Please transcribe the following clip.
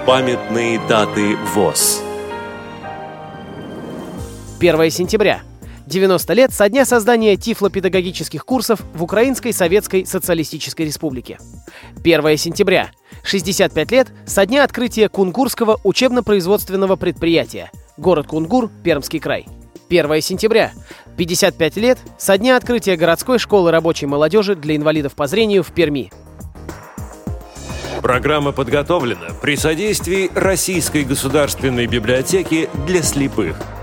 Памятные даты ВОС. 1 сентября. 90 лет со дня создания тифлопедагогических курсов в Украинской Советской Социалистической Республике. 1 сентября. 65 лет со дня открытия Кунгурского учебно-производственного предприятия. Город Кунгур, Пермский край. 1 сентября. 55 лет со дня открытия городской школы рабочей молодежи для инвалидов по зрению в Перми. Программа подготовлена при содействии Российской государственной библиотеки для слепых.